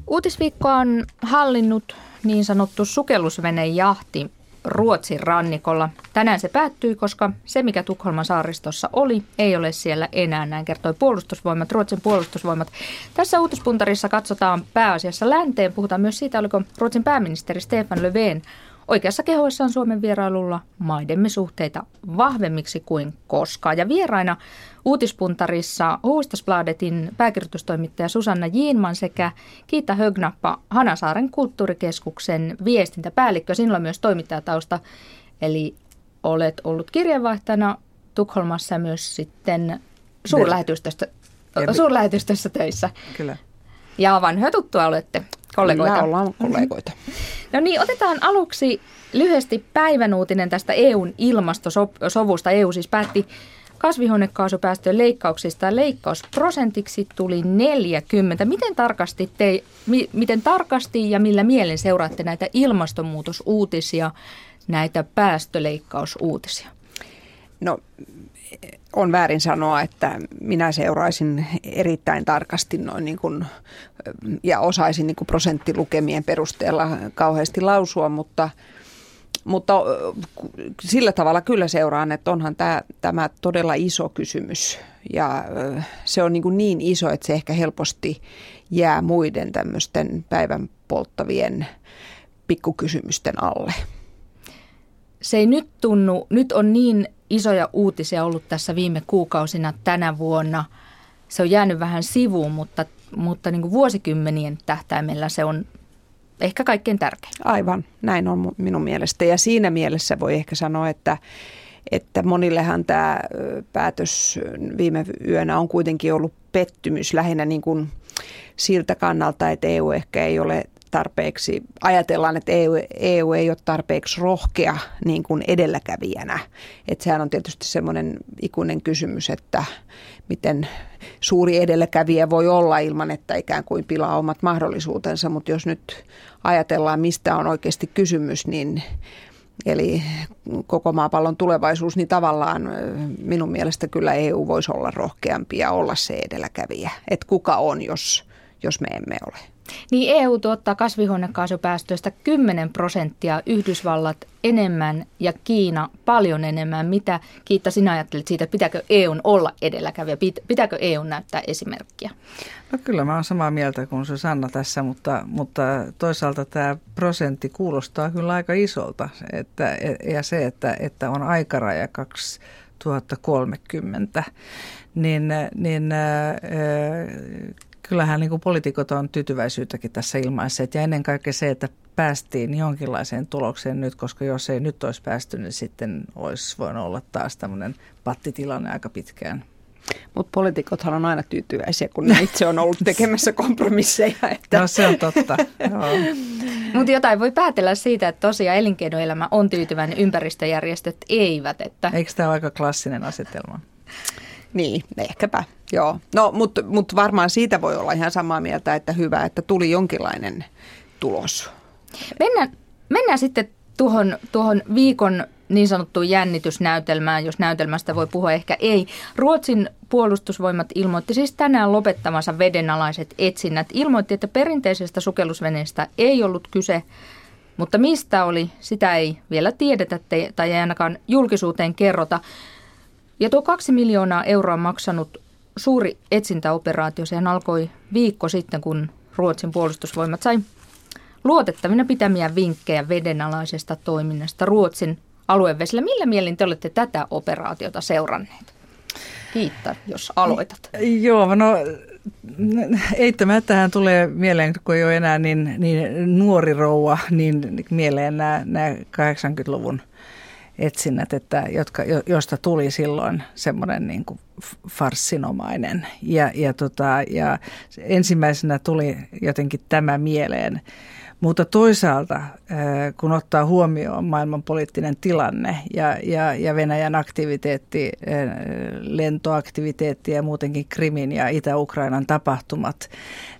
Uutisviikkoa on hallinnut niin sanottu sukellusvenejahti Ruotsin rannikolla. Tänään se päättyi, koska se, mikä Tukholman saaristossa oli, ei ole siellä enää, näin kertoi puolustusvoimat, Ruotsin puolustusvoimat. Tässä uutispuntarissa katsotaan pääasiassa länteen. Puhutaan myös siitä, oliko Ruotsin pääministeri Stefan Löfven oikeassa kehoissaan Suomen vierailulla maidemme suhteita vahvemmiksi kuin koskaan. Ja vieraina uutispuntarissa Hufvudstadsbladetin pääkirjoitustoimittaja Susanna Jiinman sekä Kiita Högnappa Hanasaaren kulttuurikeskuksen viestintäpäällikkö. Sinulla on myös toimittajatausta, eli olet ollut kirjeenvaihtajana Tukholmassa ja myös sitten suurlähetystössä töissä. Kyllä. Ja vanhoja tuttua olette. Kollegoita. Kyllä ollaan kollegoita. No niin, otetaan aluksi lyhyesti päivän uutinen tästä EUn ilmastosovusta. EU siis päätti kasvihuonekaasupäästöjen leikkauksista ja leikkausprosentiksi tuli 40. Miten tarkasti ja millä mielin seuraatte näitä ilmastonmuutosuutisia, näitä päästöleikkausuutisia? No, on väärin sanoa, että minä seuraisin erittäin tarkasti noin niin kuin, ja osaisin niin kuin prosenttilukemien perusteella kauheasti lausua, mutta sillä tavalla kyllä seuraan, että onhan tämä todella iso kysymys ja se on niin iso, että se ehkä helposti jää muiden tämmöisten päivän polttavien pikkukysymysten alle. Se ei nyt tunnu, nyt on niin isoja uutisia ollut tässä viime kuukausina tänä vuonna. Se on jäänyt vähän sivuun, mutta niin kuin vuosikymmenien tähtäimellä se on ehkä kaikkein tärkein. Aivan, näin on minun mielestä. Ja siinä mielessä voi ehkä sanoa, että monillehan tämä päätös viime yönä on kuitenkin ollut pettymys lähinnä niin kuin siltä kannalta, että EU ehkä ei ole tarpeeksi, ajatellaan, että EU ei ole tarpeeksi rohkea niin kuin edelläkävijänä. Että sehän on tietysti semmoinen ikuinen kysymys, että miten suuri edelläkävijä voi olla ilman, että ikään kuin pilaa omat mahdollisuutensa. Mutta jos nyt ajatellaan, mistä on oikeasti kysymys, niin eli koko maapallon tulevaisuus, niin tavallaan minun mielestä kyllä EU voisi olla rohkeampi ja olla se edelläkävijä. Että kuka on, jos me emme ole. Niin EU tuottaa kasvihuonekaasupäästöistä 10%, Yhdysvallat enemmän ja Kiina paljon enemmän. Mitä, Kiitta, sinä ajattelet siitä, pitääkö EUn olla edelläkävijä, pitääkö EUn näyttää esimerkkiä? No kyllä mä oon samaa mieltä kuin Susanna tässä, mutta toisaalta tämä prosentti kuulostaa kyllä aika isolta. Ja se, että on aikaraja 2030, niin kyllähän niin kuin poliitikot on tyytyväisyyttäkin tässä ilmaisseet ja ennen kaikkea se, että päästiin jonkinlaiseen tulokseen nyt, koska jos ei nyt olisi päästy, niin sitten olisi voinut olla taas tämmöinen pattitilanne aika pitkään. Mutta poliitikothan on aina tyytyväisiä, kun ne itse on ollut tekemässä kompromisseja. Että. No se on totta. Mutta jotain voi päätellä siitä, että tosiaan elinkeinoelämä on tyytyväinen, ympäristöjärjestöt eivät. Että. Eikö tämä ole aika klassinen asetelma? Niin, ehkäpä, joo. No, mutta varmaan siitä voi olla ihan samaa mieltä, että hyvä, että tuli jonkinlainen tulos. Mennään sitten tuohon viikon niin sanottuun jännitysnäytelmään, jos näytelmästä voi puhua, ehkä ei. Ruotsin puolustusvoimat ilmoitti siis tänään lopettamansa vedenalaiset etsinnät. Ilmoitti, että perinteisestä sukellusveneestä ei ollut kyse, mutta mistä oli, sitä ei vielä tiedetä tai ei ainakaan julkisuuteen kerrota. Ja tuo 2 miljoonaa euroa maksanut suuri etsintäoperaatio, sehän alkoi viikko sitten, kun Ruotsin puolustusvoimat sai luotettavina pitämiä vinkkejä vedenalaisesta toiminnasta Ruotsin aluevesillä. Millä mielin te olette tätä operaatiota seuranneet? Kiittää, jos aloitat. Joo, no eittämättähän tulee mieleen, kun ei ole enää niin nuori rouva, niin mieleen nämä 80-luvun etsinnät, josta tuli silloin semmoinen niin kuin farssinomainen. Ja ensimmäisenä tuli jotenkin tämä mieleen. Mutta toisaalta, kun ottaa huomioon maailmanpoliittinen tilanne ja Venäjän aktiviteetti, lentoaktiviteetti ja muutenkin Krimin ja Itä-Ukrainan tapahtumat,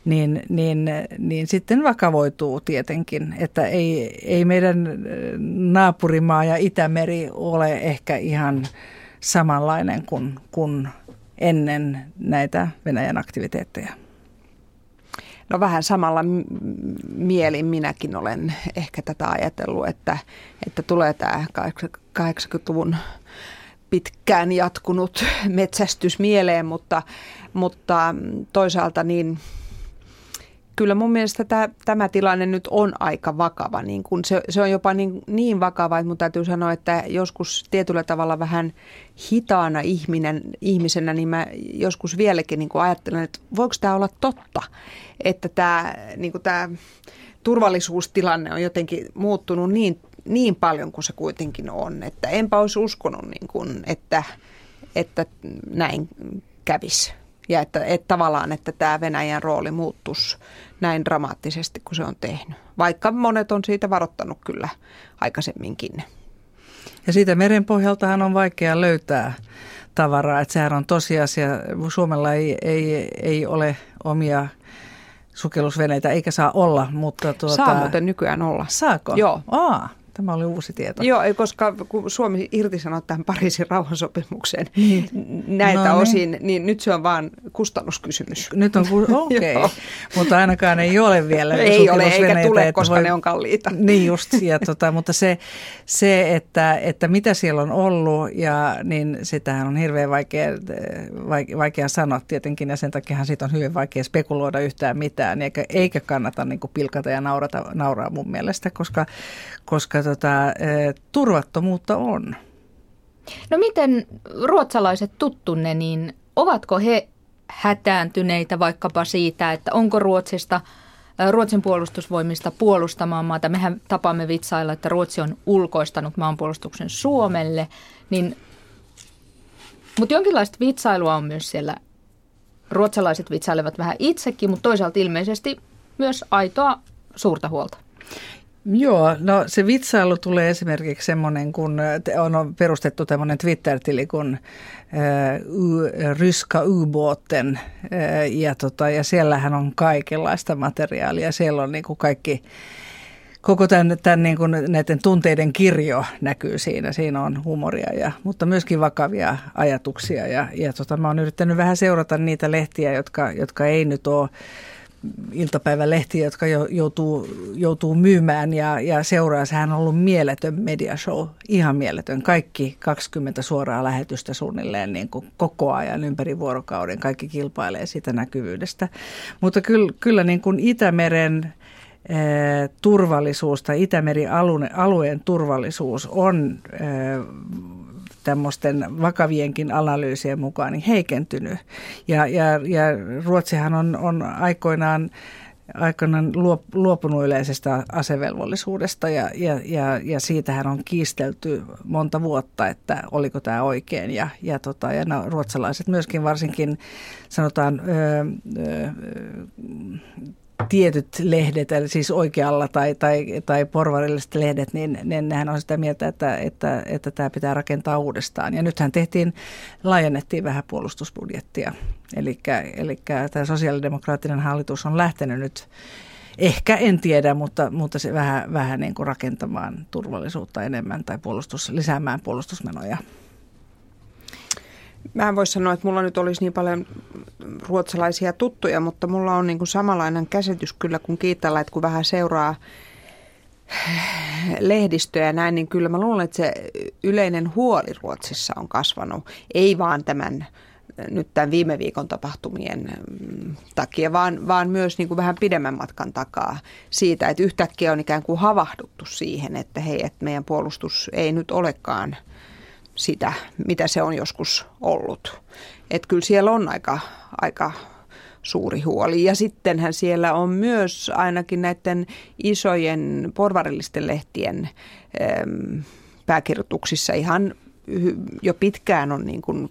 niin sitten vakavoituu tietenkin, että ei meidän naapurimaa ja Itämeri ole ehkä ihan samanlainen kuin ennen näitä Venäjän aktiviteetteja. No vähän samalla mielin minäkin olen ehkä tätä ajatellut, että tulee tämä 80-luvun pitkään jatkunut metsästys mieleen, mutta toisaalta niin kyllä mun mielestä tämä tilanne nyt on aika vakava. Niin kun se on jopa niin vakava, että mun täytyy sanoa, että joskus tietyllä tavalla vähän hitaana ihmisenä, niin mä joskus vieläkin niin ajattelen, että voiko tämä olla totta, että tämä turvallisuustilanne on jotenkin muuttunut niin paljon kuin se kuitenkin on. Että enpä olisi uskonut, että näin kävisi. Ja että tavallaan, että tämä Venäjän rooli muuttuisi näin dramaattisesti kuin se on tehnyt. Vaikka monet on siitä varoittanut kyllä aikaisemminkin. Ja siitä merenpohjaltahan on vaikea löytää tavaraa. Että sehän on tosiasia. Suomella ei ole omia sukellusveneitä eikä saa olla. Mutta saa muuten nykyään olla. Saako? Joo. Tämä oli uusi tieto. Joo, koska kun Suomi irtisanoi tähän Pariisin rauhansopimukseen näiltä osin, niin nyt se on vaan kustannuskysymys. Nyt on, okei. Mutta ainakaan ei ole vielä ei ole, eikä tule, koska ne on kalliita. Niin just, mutta se että mitä siellä on ollut, niin sitähän on hirveän vaikea sanoa tietenkin, ja sen takiahan siitä on hyvin vaikea spekuloida yhtään mitään, eikä kannata niin kuin pilkata ja nauraa mun mielestä, koska turvattomuutta on. No miten ruotsalaiset tuttunne, niin ovatko he hätääntyneitä vaikkapa siitä, että onko Ruotsin puolustusvoimista puolustamaan maata? Mehän tapaamme vitsailla, että Ruotsi on ulkoistanut maanpuolustuksen Suomelle, mutta jonkinlaista vitsailua on myös siellä. Ruotsalaiset vitsailevat vähän itsekin, mutta toisaalta ilmeisesti myös aitoa suurta huolta. Joo, no se vitsailu tulee esimerkiksi semmoinen, kun on perustettu tämmöinen Twitter-tili kuin Ryska ubåten ja siellähän on kaikenlaista materiaalia. Siellä on niin kuin koko tämän niin kuin näiden tunteiden kirjo näkyy siinä. Siinä on huumoria, mutta myöskin vakavia ajatuksia ja mä oon yrittänyt vähän seurata niitä lehtiä, jotka ei nyt ole iltapäivälehtiä, jotka joutuu myymään ja seuraa. Sehän on ollut mieletön mediashow, ihan mieletön. Kaikki 20 suoraa lähetystä suunnilleen niin kuin koko ajan ympäri vuorokauden. Kaikki kilpailee siitä näkyvyydestä. Mutta kyllä niin kuin Itämeren turvallisuus tai Itämeri-alueen turvallisuus on tämmöisten vakavienkin analyysien mukaan niin heikentynyt. Ja Ruotsihan on aikoinaan luopunut yleisestä asevelvollisuudesta ja siitähän on kiistelty monta vuotta, että oliko tämä oikein. Ja ruotsalaiset myöskin varsinkin sanotaan tietyt lehdet, eli siis oikealla tai porvarilliset lehdet, niin nehän on sitä mieltä, että tämä pitää rakentaa uudestaan. Ja nythän laajennettiin vähän puolustusbudjettia. Eli tämä sosiaalidemokraattinen hallitus on lähtenyt nyt, ehkä en tiedä, mutta se vähän niin kuin rakentamaan turvallisuutta enemmän tai lisäämään puolustusmenoja. Mä en voi sanoa, että mulla nyt olisi niin paljon ruotsalaisia tuttuja, mutta mulla on niin kuin samanlainen käsitys kyllä kuin Kiitalla, että kun vähän seuraa lehdistöä ja näin, niin kyllä mä luulen, että se yleinen huoli Ruotsissa on kasvanut. Ei vaan tämän viime viikon tapahtumien takia, vaan myös niin kuin vähän pidemmän matkan takaa siitä, että yhtäkkiä on ikään kuin havahduttu siihen, että hei, että meidän puolustus ei nyt olekaan sitä, mitä se on joskus ollut. Että kyllä siellä on aika suuri huoli. Ja sittenhän siellä on myös ainakin näiden isojen porvarillisten lehtien pääkirjoituksissa ihan jo pitkään on niin kuin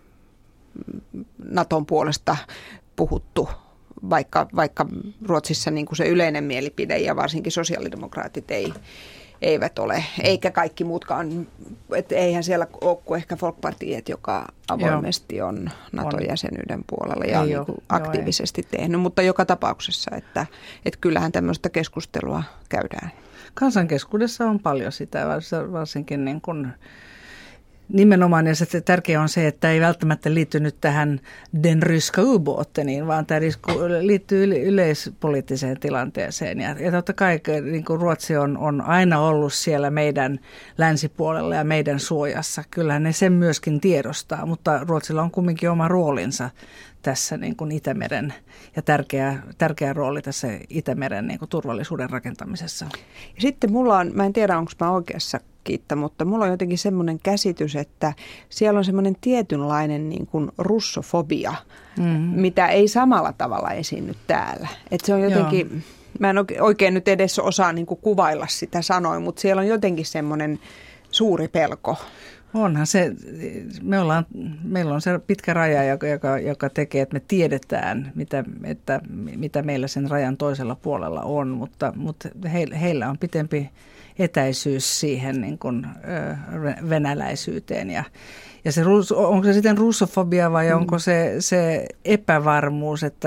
Naton puolesta puhuttu, vaikka Ruotsissa niin kuin se yleinen mielipide ja varsinkin sosiaalidemokraatit eivät ole, eikä kaikki muutkaan, että eihän siellä ole kuin ehkä Folkpartiet, joka avoimesti on NATO-jäsenyyden puolella ja on niin kuin aktiivisesti tehnyt, mutta joka tapauksessa, että kyllähän tämmöistä keskustelua käydään. Kansankeskuudessa on paljon sitä, varsinkin niin kuin Nimenomaan, ja se tärkeää on se, että ei välttämättä liittynyt tähän den ryska ubåteniin, vaan tämä liittyy yleispoliittiseen tilanteeseen. Ja totta kai niin kuin Ruotsi on aina ollut siellä meidän länsipuolella ja meidän suojassa. Kyllähän ne sen myöskin tiedostaa, mutta Ruotsilla on kumminkin oma roolinsa tässä niin kuin Itämeren ja tärkeä rooli tässä Itämeren niin kuin turvallisuuden rakentamisessa. Ja sitten mulla on, mä en tiedä onko mä oikeassa Kiitta, mutta mulla on jotenkin semmoinen käsitys, että siellä on semmoinen tietynlainen niin kuin russofobia, mitä ei samalla tavalla esiinny täällä. Että se on jotenkin, mä en oikein nyt edes osaa niin kuin kuvailla sitä sanoin, mutta siellä on jotenkin semmoinen suuri pelko. Onhan se, meillä on se pitkä raja, joka tekee, että me tiedetään, mitä meillä sen rajan toisella puolella on, mutta heillä on pitempi etäisyys siihen niin kuin venäläisyyteen. Ja se, onko se sitten russofobia vai onko se epävarmuus, että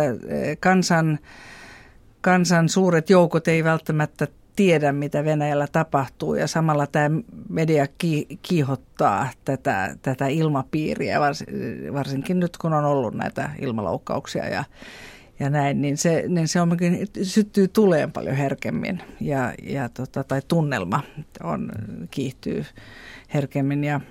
kansan suuret joukot ei välttämättä tiedä, mitä Venäjällä tapahtuu, ja samalla tämä media kiihottaa tätä ilmapiiriä, varsinkin nyt kun on ollut näitä ilmaloukkauksia ja näin, niin se onkin syttyy tuleen paljon herkemmin tai tunnelma kiihtyy herkemmin ja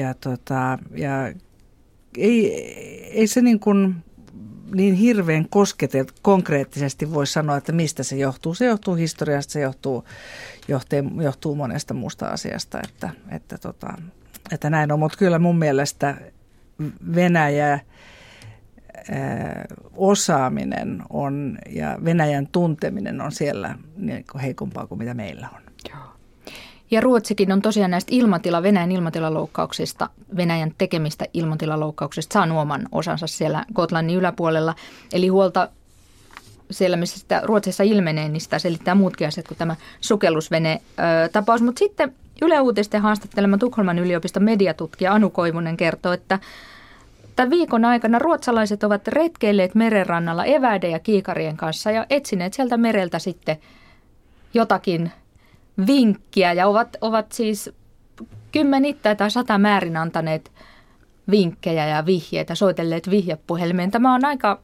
ei se niin hirveän konkreettisesti voi sanoa, että mistä se johtuu. Se johtuu historiasta, se johtuu monesta muusta asiasta, että näin on. Mutta kyllä mun mielestä Venäjä osaaminen on ja Venäjän tunteminen on siellä niin kuin heikompaa kuin mitä meillä on. Ja Ruotsikin on tosiaan näistä Venäjän ilmatilaloukkauksista, Venäjän tekemistä ilmatilaloukkauksista saanut oman osansa siellä Gotlannin yläpuolella. Eli huolta siellä, missä sitä Ruotsissa ilmenee, niin sitä selittää muutkin asiat kuin tämä sukellusvene-tapaus. Mutta sitten Yle Uutisten haastattelema Tukholman yliopiston mediatutkija Anu Koivunen kertoo, että tämän viikon aikana ruotsalaiset ovat retkeilleet merenrannalla eväiden ja kiikarien kanssa ja etsineet sieltä mereltä sitten jotakin vinkkiä ja ovat siis kymmenittäin tai 100 määrin antaneet vinkkejä ja vihjeitä, soitelleet vihjepuhelimeen. Tämä on aika,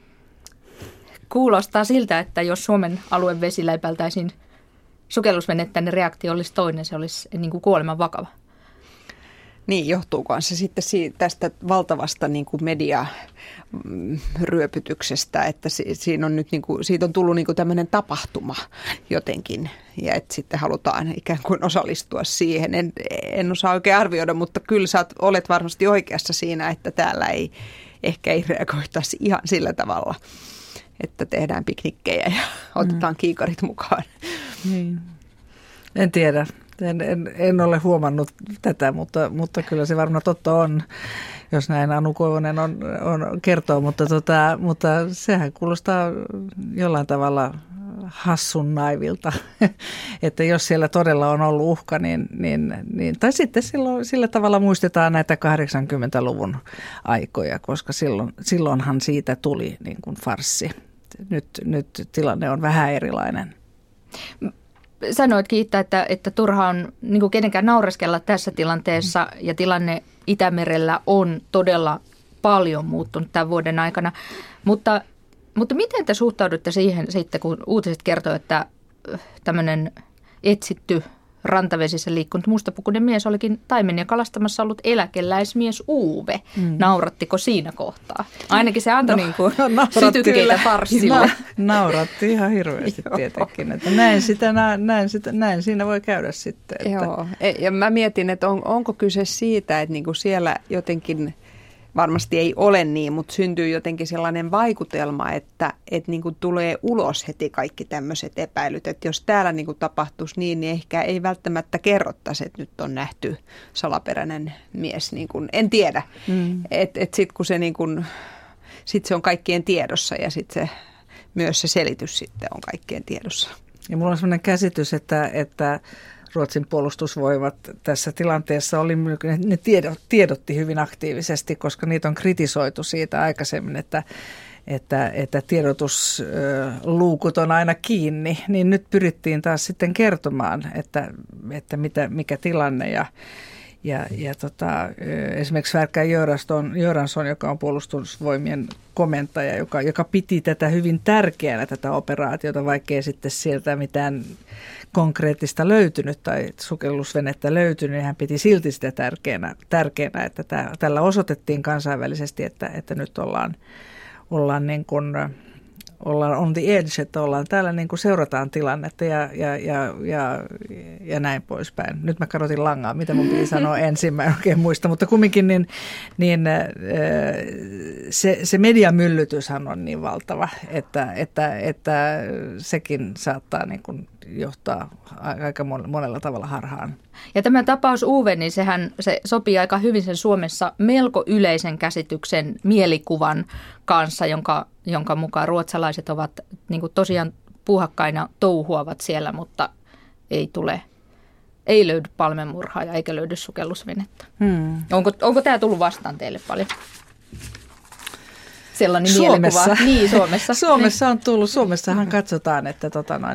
kuulostaa siltä, että jos Suomen alueen vesillä läipäiltäisiin sukellusvenettä, niin reaktio olisi toinen, se olisi niin kuin kuoleman vakava. Niin, johtuukohan se sitten tästä valtavasta niin kuin mediaryöpytyksestä, että siinä on nyt niin kuin, siitä on tullut niin kuin tämmöinen tapahtuma jotenkin ja että sitten halutaan ikään kuin osallistua siihen. En osaa oikein arvioida, mutta kyllä sä olet varmasti oikeassa siinä, että täällä ehkä ei reagoitaisi ihan sillä tavalla, että tehdään piknikkejä ja otetaan kiikarit mukaan. Niin. En tiedä. En ole huomannut tätä, mutta kyllä se varmaan totta on, jos näin Anu Koivunen kertoo, mutta sehän kuulostaa jollain tavalla hassun naivilta, että jos siellä todella on ollut uhka, niin tai sitten sillä tavalla muistetaan näitä 80-luvun aikoja, koska silloinhan siitä tuli niin kuin farssi. Nyt tilanne on vähän erilainen. Sanoit Kiitta, että turha on niin kuin kenenkään naureskella tässä tilanteessa ja tilanne Itämerellä on todella paljon muuttunut tämän vuoden aikana. Mutta miten te suhtaudutte siihen sitten, kun uutiset kertoo, että tämmöinen etsitty rantavesissä liikkunut mustapukuinen mies olikin taimenia kalastamassa ollut eläkeläismies Uwe. Naurattiko siinä kohtaa? Ainakin se antoi niin kuin sytykkeitä farssille. Nauratti ihan hirveästi tietenkin. Että näin siinä voi käydä sitten. Että. Joo, ja mä mietin, että onko kyse siitä, että niin kuin siellä jotenkin varmasti ei ole niin, mutta syntyy jotenkin sellainen vaikutelma, että niin kuin tulee ulos heti kaikki tämmöiset epäilyt. Että jos täällä niin kuin tapahtuisi niin ehkä ei välttämättä kerrottaisi, että nyt on nähty salaperäinen mies. Niin kuin, en tiedä. Että sitten kun se, niin kuin, sit se on kaikkien tiedossa ja sitten myös se selitys sitten on kaikkien tiedossa. Ja mulla on sellainen käsitys, että Ruotsin puolustusvoimat tässä tilanteessa ne tiedotti hyvin aktiivisesti, koska niitä on kritisoitu siitä aikaisemmin, että tiedotusluukut on aina kiinni, niin nyt pyrittiin taas sitten kertomaan, että mikä tilanne Esimerkiksi Sverker Göransson, joka on puolustusvoimien komentaja, joka piti tätä hyvin tärkeänä, tätä operaatiota, vaikkei sitten sieltä mitään konkreettista löytynyt tai sukellusvenettä löytynyt, niin hän piti silti sitä tärkeänä että tällä osoitettiin kansainvälisesti, että nyt ollaan niin kuin ollaan on the edge, että ollaan täällä niin kuin seurataan tilannetta ja näin poispäin. Nyt mä kadotin langaa, mitä mun piti sanoa ensin, mä en oikein muista, mutta kumminkin se mediamyllytyshän on niin valtava, että sekin saattaa niin kuin johtaa aika monella tavalla harhaan. Ja tämä tapaus Uwe, niin se sopii aika hyvin sen Suomessa melko yleisen käsityksen mielikuvan kanssa, jonka mukaan ruotsalaiset ovat niin kuin tosiaan puuhakkaina touhuavat siellä, mutta ei löydy palmemurhaa ja eikä löydy sukellusvenettä. Onko tämä tullut vastaan teille paljon? Sellainen mielikuva. Niin, Suomessa. Suomessa on tullut. Suomessahan katsotaan, että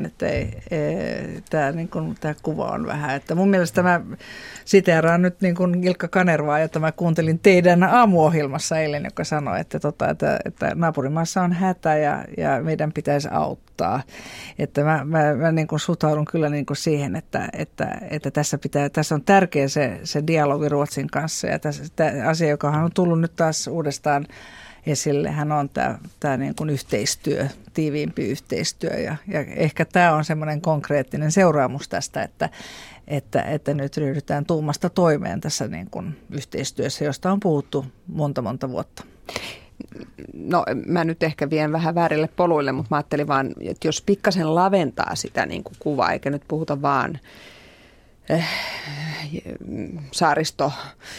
tämä kuva on vähän. Että mun mielestä mä siteeraan nyt niin kuin Ilkka Kanervaa, jota mä kuuntelin teidän aamuohjelmassa eilen, joka sanoi, että naapurimaassa on hätä ja meidän pitäisi auttaa. Että mä niin kuin suhtaudun kyllä niin kuin siihen, että tässä on tärkeä se dialogi Ruotsin kanssa. Ja tämä asia, joka on tullut nyt taas uudestaan esille, hän on tämä niin kuin yhteistyö, tiiviimpi yhteistyö ja ehkä tämä on semmoinen konkreettinen seuraamus tästä, että nyt ryhdytään tuumasta toimeen tässä niin kuin yhteistyössä, josta on puhuttu monta vuotta. No mä nyt ehkä vien vähän väärille poluille, mutta mä ajattelin vaan, että jos pikkasen laventaa sitä niin kuin kuvaa, eikä nyt puhuta vaan saaristo,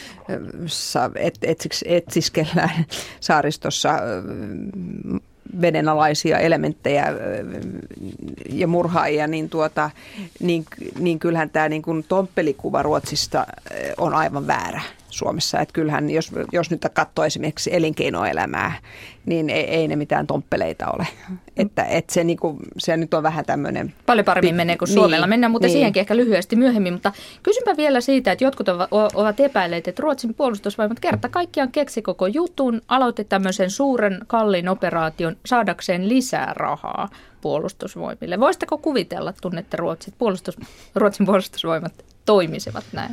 etsiskellään saaristossa vedenalaisia elementtejä ja murhaajia, niin kyllähän tämä niin kuin tomppelikuva Ruotsista on aivan väärä Suomessa. Että kyllähän, jos nyt katsoo esimerkiksi elinkeinoelämää, niin ei ne mitään tomppeleita ole. Että se nyt on vähän tämmöinen. Paljon paremmin menee kuin Suomella mennään, mutta siihenkin ehkä lyhyesti myöhemmin. Mutta kysynpä vielä siitä, että jotkut ovat epäilleet, että Ruotsin puolustusvoimat kerta kaikkiaan keksi koko jutun, aloitti tämmöisen suuren kalliin operaation saadakseen lisää rahaa puolustusvoimille. Voisitteko kuvitella, tunnette Ruotsin puolustusvoimat toimisivat näin?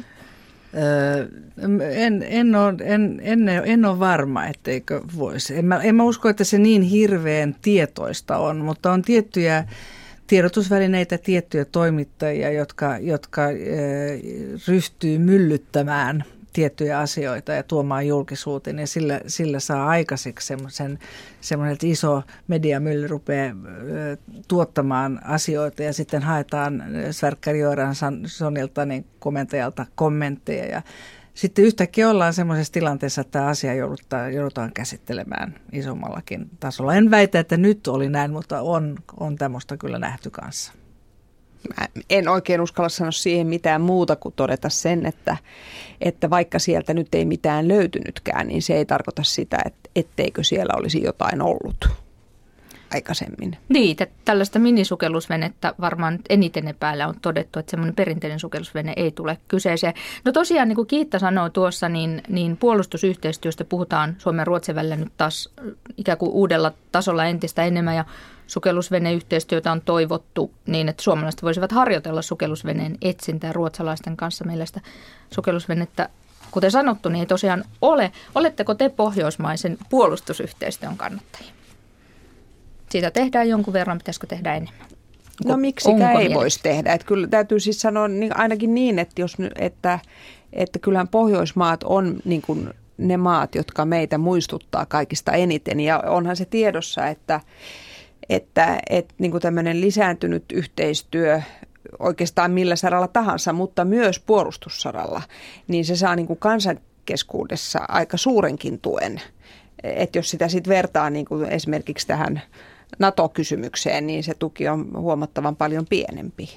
En ole varma, etteikö voisi. En mä usko, että se niin hirveän tietoista on, mutta on tiettyjä tiedotusvälineitä, tiettyjä toimittajia, jotka ryhtyy myllyttämään tiettyjä asioita ja tuomaan julkisuuteen, ja sillä saa aikaiseksi semmoinen, että iso mediamylly rupeaa tuottamaan asioita, ja sitten haetaan Sverker Göranssonilta niin komentajalta kommentteja, ja sitten yhtäkkiä ollaan semmoisessa tilanteessa, että tämä asia joudutaan käsittelemään isommallakin tasolla. En väitä, että nyt oli näin, mutta on tämmöistä kyllä nähty kanssa. Mä en oikein uskalla sanoa siihen mitään muuta kuin todeta sen, että vaikka sieltä nyt ei mitään löytynytkään, niin se ei tarkoita sitä, etteikö siellä olisi jotain ollut aikaisemmin. Niin, että tällaista minisukellusvenettä varmaan eniten epäillä on todettu, että semmoinen perinteinen sukellusvene ei tule kyseeseen. No tosiaan, niin kuin Kiitta sanoi tuossa, niin puolustusyhteistyöstä puhutaan Suomen ja Ruotsin välillä nyt taas ikään kuin uudella tasolla entistä enemmän, ja sukellusveneyhteistyötä on toivottu niin, että suomalaiset voisivat harjoitella sukellusveneen etsintää ruotsalaisten kanssa. Meillä sitä sukellusvenettä, kuten sanottu, niin ei tosiaan ole. Oletteko te pohjoismaisen puolustusyhteistyön kannattajia? Siitä tehdään jonkun verran, pitäisikö tehdä enemmän? No miksikä ei voisi tehdä? Että kyllä täytyy siis sanoa ainakin niin, että kyllähän Pohjoismaat on niin kuin ne maat, jotka meitä muistuttaa kaikista eniten. Ja onhan se tiedossa, että niin kuin tämmöinen lisääntynyt yhteistyö oikeastaan millä saralla tahansa, mutta myös puolustussaralla, niin se saa niin kuin kansankeskuudessa aika suurenkin tuen. Että jos sitä sitten vertaa niin kuin esimerkiksi tähän NATO-kysymykseen, niin se tuki on huomattavan paljon pienempi.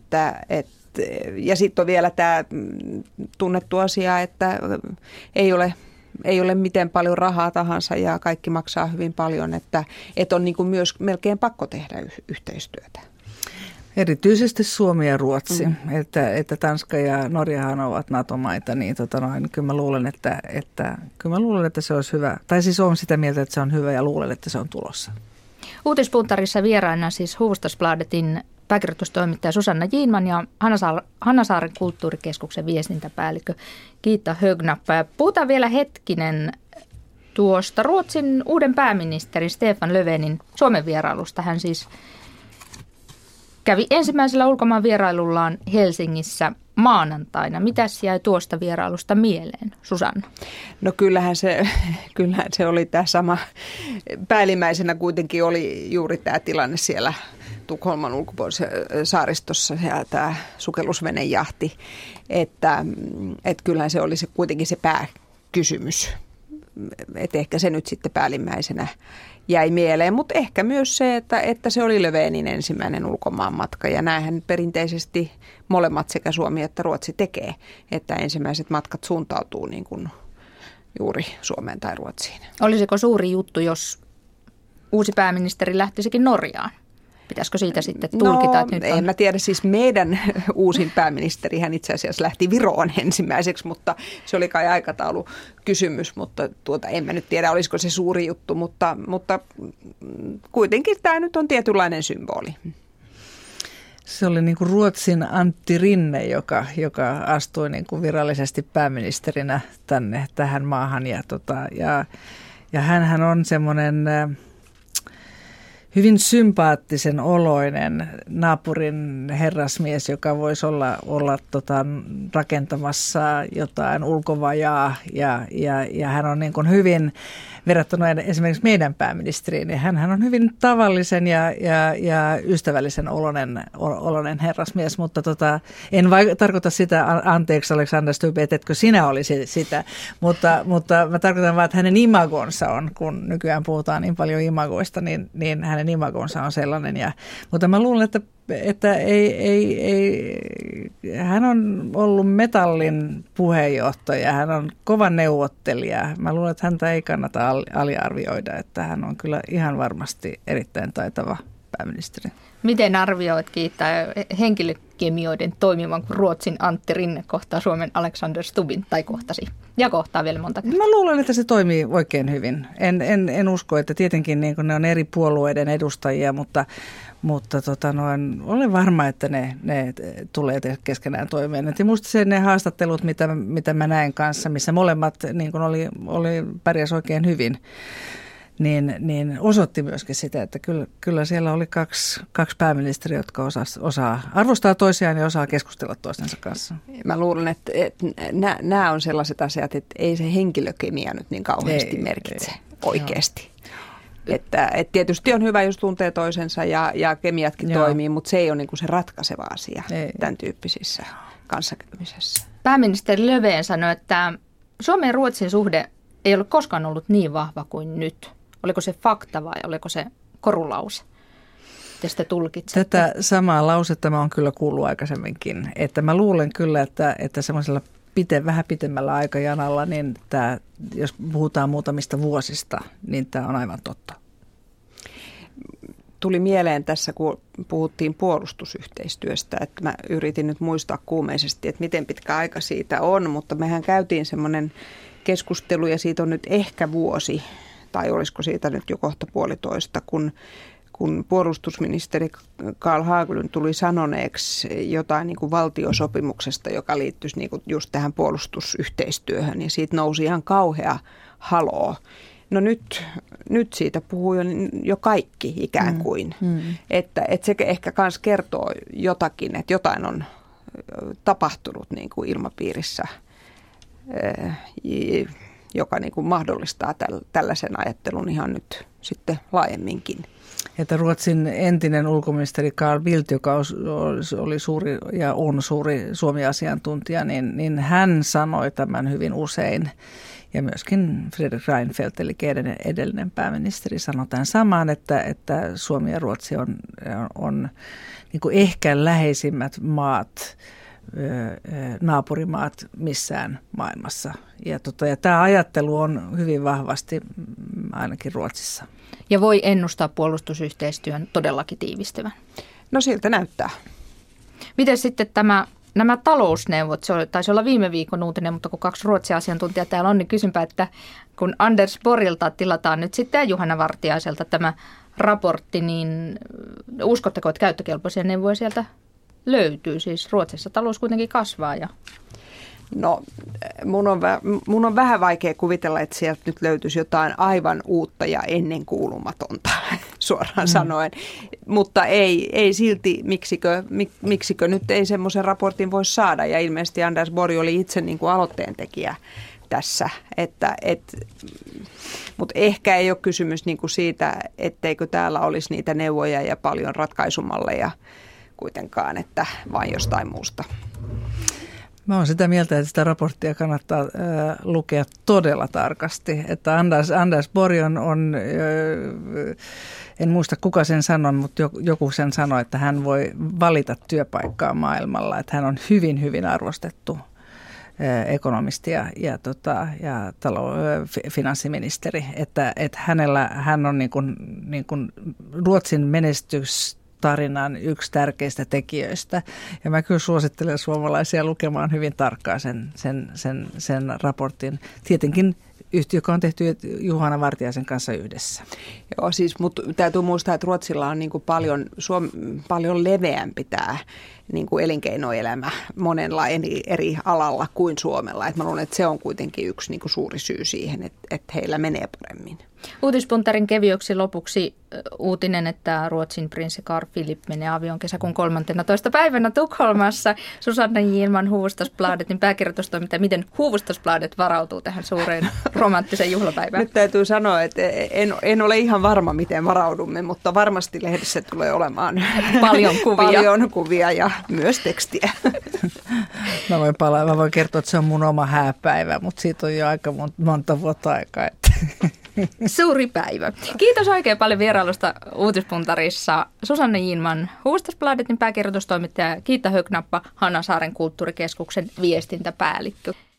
Ja sitten on vielä tämä tunnettu asia, että ei ole miten paljon rahaa tahansa ja kaikki maksaa hyvin paljon, että on niin kuin myös melkein pakko tehdä yhteistyötä. Erityisesti Suomi ja Ruotsi, että Tanska ja Norjahan ovat NATO-maita, niin kyllä mä luulen, että se olisi hyvä. Tai siis olen sitä mieltä, että se on hyvä ja luulen, että se on tulossa. Uutispuntarissa vieraina siis Hufvudstadsbladetin pääkirjoitustoimittaja Susanna Jiinman ja Hannasaaren kulttuurikeskuksen viestintäpäällikkö Kiitta Högnap. Puhutaan vielä hetkinen tuosta Ruotsin uuden pääministerin Stefan Löfvenin Suomen vierailusta. Hän siis kävi ensimmäisellä ulkomaan vierailullaan Helsingissä maanantaina. Mitäs jäi tuosta vierailusta mieleen, Susanna? No kyllähän se oli tämä sama. Päällimmäisenä kuitenkin oli juuri tämä tilanne siellä Tukholman ulkopuolisessa saaristossa ja tämä sukellusvenejahti. Että kyllähän se oli kuitenkin se pääkysymys. Että ehkä se nyt sitten päällimmäisenä jäi mieleen, mutta ehkä myös se, että se oli Löfvenin ensimmäinen ulkomaanmatka ja näinhän perinteisesti molemmat sekä Suomi että Ruotsi tekee, että ensimmäiset matkat suuntautuu niin kuin juuri Suomeen tai Ruotsiin. Olisiko suuri juttu, jos uusi pääministeri lähtisikin Norjaan? Pitäisikö siitä sitten tulkita? Että nyt en mä tiedä, siis meidän uusin pääministeri, hän itse asiassa lähti Viroon ensimmäiseksi, mutta se oli kai aikataulukysymys, mutta en mä nyt tiedä, olisiko se suuri juttu, mutta kuitenkin tämä nyt on tietynlainen symboli. Se oli niin kuin Ruotsin Antti Rinne, joka astui niin kuin virallisesti pääministerinä tähän maahan ja hänhän on semmoinen hyvin sympaattisen oloinen naapurin herrasmies, joka voisi olla rakentamassa jotain ulkovajaa ja hän on niin kuin hyvin verrattuna esimerkiksi meidän pääministeriin, niin hän on hyvin tavallisen ja ystävällisen oloinen herrasmies, mutta en tarkoita sitä, anteeksi Alexander Stubb, etkö sinä olisi sitä, mutta mä tarkoitan vaan, että hänen imagonsa on, kun nykyään puhutaan niin paljon imagoista, niin hänen imagonsa on sellainen, mutta mä luulen, että hän on ollut Metallin puheenjohtaja, hän on kova neuvottelija. Mä luulen, että häntä ei kannata aliarvioida, että hän on kyllä ihan varmasti erittäin taitava pääministeri. Miten arvioit, Kiittää, henkilökemioiden toimivan, kun Ruotsin Antti Rinne kohtaa Suomen Alexander Stubbin, tai kohtasi, ja kohtaa vielä monta kertaa? Mä luulen, että se toimii oikein hyvin. En usko, että tietenkin niin ne on eri puolueiden edustajia, mutta olen varma, että ne tulee keskenään toimeen. Ja musta ne haastattelut, mitä mä näen kanssa, missä molemmat niin pärjäs oikein hyvin, niin osoitti myöskin sitä, että kyllä siellä oli kaksi pääministeriä, jotka osaa arvostaa toisiaan ja osaa keskustella toistensa kanssa. Mä luulen, että nämä on sellaiset asiat, että ei se henkilökemia nyt niin kauheasti merkitse oikeasti. Että tietysti on hyvä, jos tuntee toisensa ja kemiatkin toimii, mutta se ei ole niinku se ratkaiseva asia tämän tyyppisissä kanssakäymisessä. Pääministeri Löfven sanoi, että Suomen ja Ruotsin suhde ei ole koskaan ollut niin vahva kuin nyt. Oliko se fakta vai oliko se korulause? Te sitä tulkitsette. Tätä samaa lausetta mä oon kyllä kuullut aikaisemminkin. Että mä luulen kyllä, että semmoisella vähän pitemmällä aikajanalla, niin jos puhutaan muutamista vuosista, niin tämä on aivan totta. Tuli mieleen tässä, kun puhuttiin puolustusyhteistyöstä, että mä yritin nyt muistaa kuumeisesti, että miten pitkä aika siitä on, mutta mehän käytiin semmoinen keskustelu ja siitä on nyt ehkä vuosi, tai olisiko siitä nyt jo kohta puolitoista, kun puolustusministeri Carl Haglund tuli sanoneeksi jotain niin kuin valtiosopimuksesta, joka liittyisi niin kuin just tähän puolustusyhteistyöhön, ja siitä nousi ihan kauhea haloo. No nyt siitä puhuu jo kaikki ikään kuin, että se ehkä myös kertoo jotakin, että jotain on tapahtunut niin kuin ilmapiirissä, joka niin kuin mahdollistaa tällaisen ajattelun ihan nyt sitten laajemminkin. Että Ruotsin entinen ulkoministeri Carl Bildt, joka oli suuri ja on suuri Suomi-asiantuntija, niin hän sanoi tämän hyvin usein. Ja myöskin Fredrik Reinfeldt, eli edellinen pääministeri, sanoi tämän saman, että Suomi ja Ruotsi on niin kuin ehkä läheisimmät maat, naapurimaat missään maailmassa. Ja tämä ajattelu on hyvin vahvasti ainakin Ruotsissa. Ja voi ennustaa puolustusyhteistyön todellakin tiivistyvän? No siltä näyttää. Miten sitten nämä talousneuvot, se taisi olla viime viikon uutinen, mutta kun 2 Ruotsin asiantuntijaa täällä on, niin kysynpä, että kun Anders Borgilta tilataan nyt sitten Juhana Vartiaiselta tämä raportti, niin uskotteko, että käyttökelpoisia neuvoja sieltä löytyy? Siis Ruotsissa talous kuitenkin kasvaa ja... No mun on vähän vaikea kuvitella, että sieltä nyt löytyisi jotain aivan uutta ja ennenkuulumatonta suoraan sanoen. Mutta ei silti, miksikö nyt ei semmoisen raportin voi saada. Ja ilmeisesti Anders Borg oli itse niin kuin aloitteentekijä tässä. Mutta ehkä ei ole kysymys niin kuin siitä, etteikö täällä olisi niitä neuvoja ja paljon ratkaisumalleja kuitenkaan, että vain jostain muusta. Mä oon sitä mieltä, että sitä raporttia kannattaa lukea todella tarkasti. Että Anders Borg on en muista kuka sen sanoi, mutta joku sen sanoi, että hän voi valita työpaikkaa maailmalla. Että hän on hyvin, hyvin arvostettu ekonomisti ja finanssiministeri. Että hän on niin kuin Ruotsin menestystarinan yksi tärkeistä tekijöistä. Ja mä kyllä suosittelen suomalaisia lukemaan hyvin tarkkaan sen raportin. Tietenkin yhtiö, joka on tehty Juhana Vartiaisen kanssa yhdessä. Joo, siis mutta täytyy muistaa, että Ruotsilla on niin kuin paljon leveämpi tämä niin kuin elinkeinoelämä monella eri alalla kuin Suomella. Et mä luulen, että se on kuitenkin yksi niin kuin suuri syy siihen, että heillä menee paremmin. Uutispuntarin kevioksi lopuksi uutinen, että Ruotsin prinssi Carl Philip menee avioon kesäkuun 13. päivänä Tukholmassa. Susanna Hiilman Hufvudstadsbladetin pääkirjoitustoimittaja. Miten Hufvudstadsbladet varautuu tähän suureen romanttiseen juhlapäivään? Nyt täytyy sanoa, että en ole ihan varma, miten varaudumme, mutta varmasti lehdessä tulee olemaan paljon kuvia ja myös tekstiä. Mä voin kertoa, että se on mun oma hääpäivä, mutta siitä on jo aika monta vuotta aikaa. Suuri päivä. Kiitos oikein paljon vierailusta Uutispuntarissa. Susanna Hiilman Hufvudstadsbladetin pääkirjoitustoimittaja, Kiitta Högnappa, Hanna Saaren kulttuurikeskuksen viestintäpäällikkö.